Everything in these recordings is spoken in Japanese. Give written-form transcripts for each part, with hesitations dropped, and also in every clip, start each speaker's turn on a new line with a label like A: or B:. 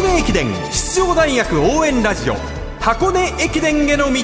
A: 根駅伝出場大学応援ラジオ、箱根駅伝への道。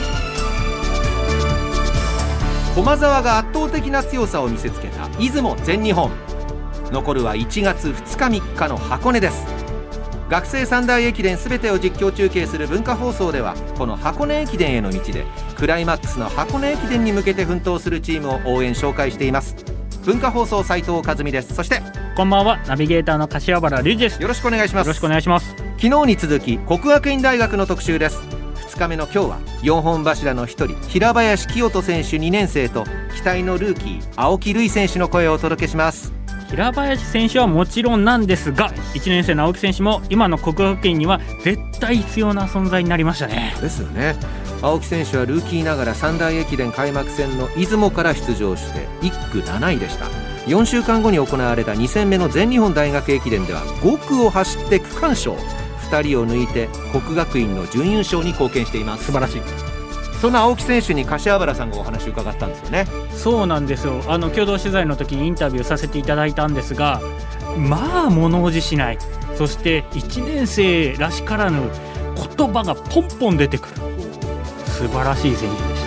A: 駒澤が圧倒的な強さを見せつけた出雲全日本。残るは1月2日3日の箱根です。学生三大駅伝すべてを実況中継する文化放送では、この箱根駅伝への道でクライマックスの箱根駅伝に向けて奮闘するチームを応援紹介しています。文化放送斉藤和美です。そして
B: こんばんは、ナビゲーターの柏原隆二です。
C: よろしくお願いします。
B: よろしくお願いします。
A: 昨日に続き國學院大學の特集です。2日目の今日は4本柱の一人平林清人選手2年生と期待のルーキー青木瑠郁選手の声をお届けします。
B: 平林選手はもちろんなんですが、1年生の青木選手も今の國學院には絶対必要な存在になりましたね。
A: ですよね。青木選手はルーキーながら三大駅伝開幕戦の出雲から出場して1区7位でした。4週間後に行われた2戦目の全日本大学駅伝では5区を走って区間賞、2人を抜いて國學院の準優勝に貢献しています。
B: 素晴らしい。
A: そんな青木選手に柏原さんがお話を伺ったんですよね。
B: そうなんですよ。共同取材の時にインタビューさせていただいたんですが、まあ物おじしない、そして1年生らしからぬ言葉がポンポン出てくる素晴らしい選手でした。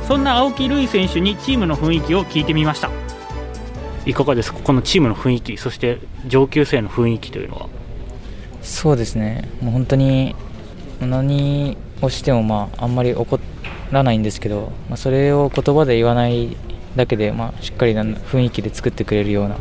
B: そんな青木瑠郁選手にチームの雰囲気を聞いてみました。いかがですか、このチームの雰囲気、そして上級生の雰囲気というのは。
D: そうですね、もう本当に何をしてもあんまり怒らないんですけど、それを言葉で言わないだけで、しっかりな雰囲気で作ってくれるような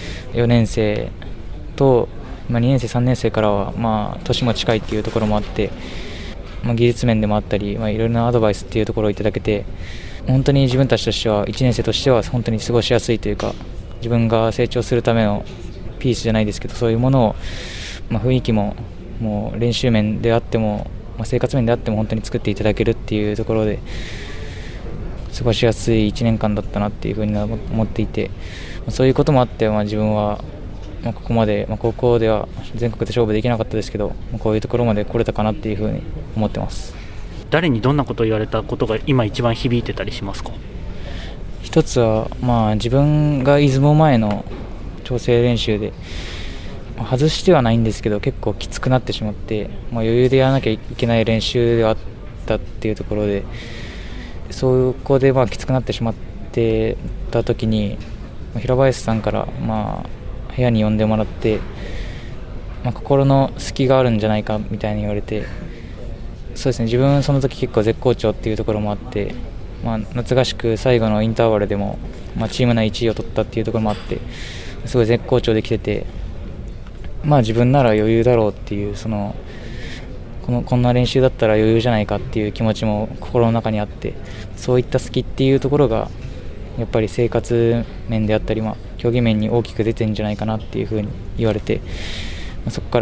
D: 4年生と、2年生3年生からは年も近いっていうところもあって、技術面でもあったり、いろいろなアドバイスっていうところをいただけて、本当に自分たちとしては1年生としては本当に過ごしやすいというか、自分が成長するためのピースじゃないですけど、そういうものを、雰囲気ももう練習面であっても、生活面であっても本当に作っていただけるっていうところで過ごしやすい1年間だったなっていうふうに思っていて、そういうこともあって、自分はここまで、高校では全国で勝負できなかったですけど、こういうところまで来れたかなっていうふうに思ってます。
B: 誰にどんなことを言われたことが今一番響いてたりしますか？
D: 一つは、自分が出雲前の調整練習で外してはないんですけど結構きつくなってしまって、余裕でやらなきゃいけない練習ではあったっていうところで、そこできつくなってしまってた時に平林さんから部屋に呼んでもらって、心の隙があるんじゃないかみたいに言われて、そうですね、自分その時結構絶好調っていうところもあって、夏合宿最後のインターバルでも、チーム内1位を取ったっていうところもあって、すごい絶好調できてて、自分なら余裕だろうっていう、こんな練習だったら余裕じゃないかっていう気持ちも心の中にあって、そういった隙っていうところがやっぱり生活面であったり、競技面に大きく出てるんじゃないかなっていうふうに言われて、そこから、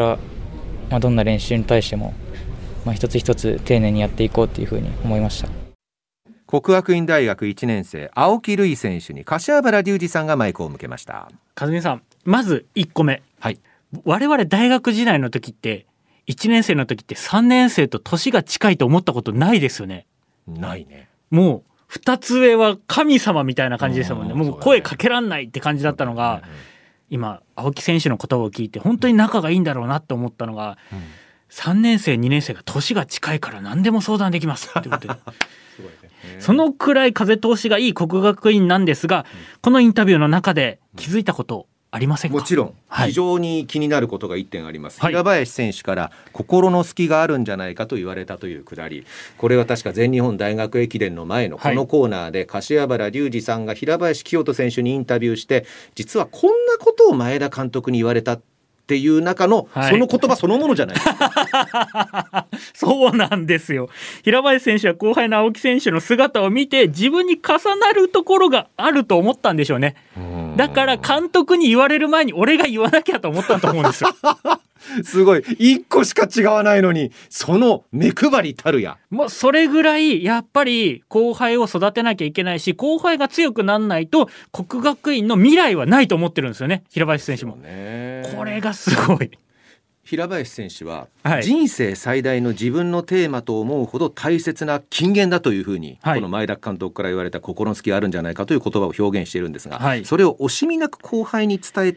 D: どんな練習に対しても、一つ一つ丁寧にやっていこうっていうふうに思いました。
A: 國學院大学1年生青木瑠郁選手に柏原隆二さんがマイクを向けました。
B: 和美さん、まず1個目、
A: はい、
B: 我々大学時代の時って1年生の時って3年生と年が近いと思ったことないですよね。
A: ないね。
B: もう2つ上は神様みたいな感じでしたもんね。もう声かけらんないって感じだったのが、今青木選手の言葉を聞いて本当に仲がいいんだろうなって思ったのが、3年生2年生が年が近いから何でも相談できますってことですごいね。そのくらい風通しがいい國學院なんですが、このインタビューの中で気づいたことありませんか？
A: もちろん、非常に気になることが1点あります。平林選手から心の隙があるんじゃないかと言われたというくだり、これは確か全日本大学駅伝の前のこのコーナーで、柏原隆二さんが平林清人選手にインタビューして、実はこんなことを前田監督に言われたっていう中の、その言葉そのものじゃないですか。
B: そうなんですよ。平林選手は後輩の青木選手の姿を見て自分に重なるところがあると思ったんでしょうね。だから監督に言われる前に俺が言わなきゃと思ったと思うんですよ。
A: すごい、1個しか違わないのにその目配りたるや。
B: もうそれぐらいやっぱり後輩を育てなきゃいけないし、後輩が強くならないと國學院の未来はないと思ってるんですよね、平林選手も。これがすごい。
A: 平林選手は、人生最大の自分のテーマと思うほど大切な金言だというふうに、この前田監督から言われた心の隙があるんじゃないかという言葉を表現しているんですが、それを惜しみなく後輩に伝えて、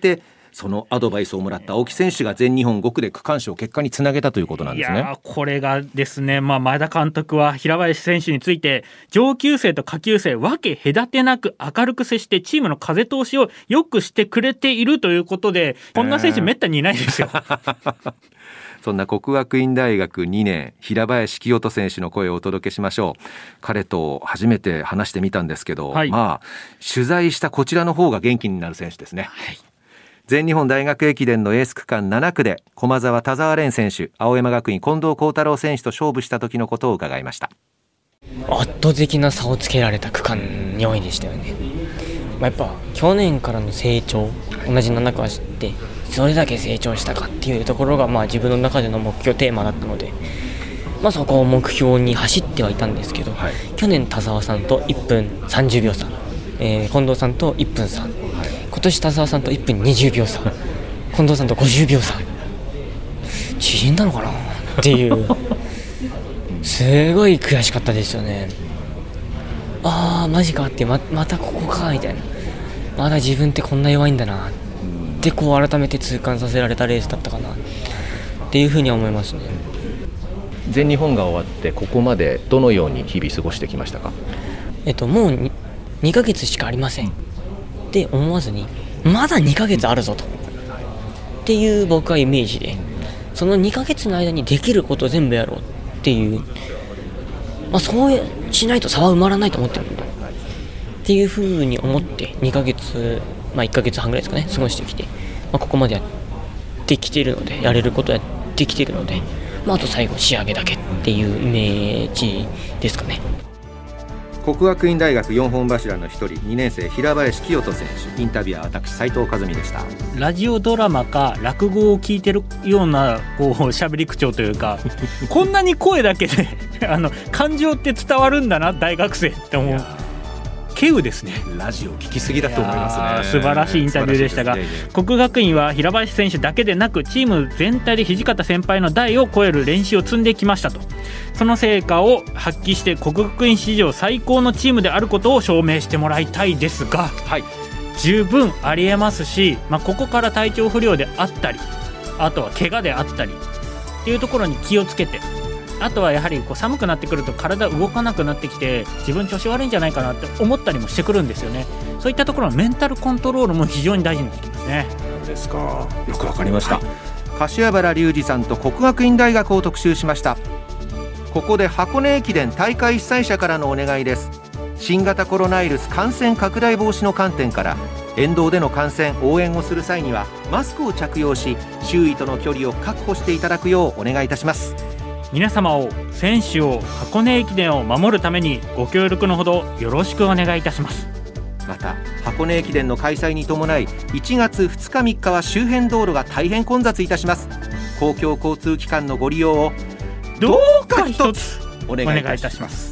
A: そのアドバイスをもらった青木選手が全日本5区で区間賞を結果につなげたということなんですね。
B: いやこれがですね、前田監督は平林選手について上級生と下級生分け隔てなく明るく接してチームの風通しを良くしてくれているということで、こんな選手めったにいないですよ。
A: そんな國學院大学2年平林清人選手の声をお届けしましょう。彼と初めて話してみたんですけど、取材したこちらの方が元気になる選手ですね。全日本大学駅伝のエース区間7区で駒澤田澤廉選手、青山学院近藤幸太郎選手と勝負した時のことを伺いました。
C: 圧倒的な差をつけられた区間4位でしたよね。やっぱ去年からの成長、同じ7区走ってどれだけ成長したかっていうところが自分の中での目標テーマだったので、そこを目標に走ってはいたんですけど、去年田澤さんと1分30秒差、近藤さんと1分差、今年田澤さんと1分20秒差、近藤さんと50秒差、縮んだのかなっていうすごい悔しかったですよね。マジかって、またここかみたいな、まだ自分ってこんな弱いんだなって改めて痛感させられたレースだったかなっていうふうには思いますね。
A: 全日本が終わってここまでどのように日々過ごしてきましたか？
C: もう 2ヶ月しかありませんって思わずに、まだ2ヶ月あるぞとっていう僕はイメージで、その2ヶ月の間にできることを全部やろうっていう、そうしないと差は埋まらないと思ってるんだっていうふうに思って2ヶ月、1ヶ月半ぐらいですかね、過ごしてきて、ここまでやってきているので、やれることやってきているので、あと最後仕上げだけっていうイメージですかね。
A: 國學院大学4本柱の一人、2年生平林清人選手。インタビュアーは私斉藤和美でした。
B: ラジオドラマか落語を聞いてるような喋り口調というかこんなに声だけで感情って伝わるんだな大学生って思う。稀有ですね。
A: ラジオ聞きすぎだと思いますね。
B: 素晴らしいインタビューでしたが、國學院は平林選手だけでなくチーム全体で土方先輩の代を超える練習を積んできましたと。その成果を発揮して國學院史上最高のチームであることを証明してもらいたいですが、十分ありえますし、ここから体調不良であったり、あとは怪我であったりっていうところに気をつけて、あとはやはり寒くなってくると体動かなくなってきて自分調子悪いんじゃないかなって思ったりもしてくるんですよね。そういったところのメンタルコントロールも非常に大事になってきますね。
A: そうですか、よくわかりました。柏原隆二さんと國學院大学を特集しました。ここで箱根駅伝大会主催者からのお願いです。新型コロナウイルス感染拡大防止の観点から沿道での観戦応援をする際にはマスクを着用し、周囲との距離を確保していただくようお願いいたします。
B: 皆様を、選手を、箱根駅伝を守るためにご協力のほどよろしくお願いいたします。
A: また箱根駅伝の開催に伴い1月2日3日は周辺道路が大変混雑いたします。公共交通機関のご利用をどうか一つお願いいたします。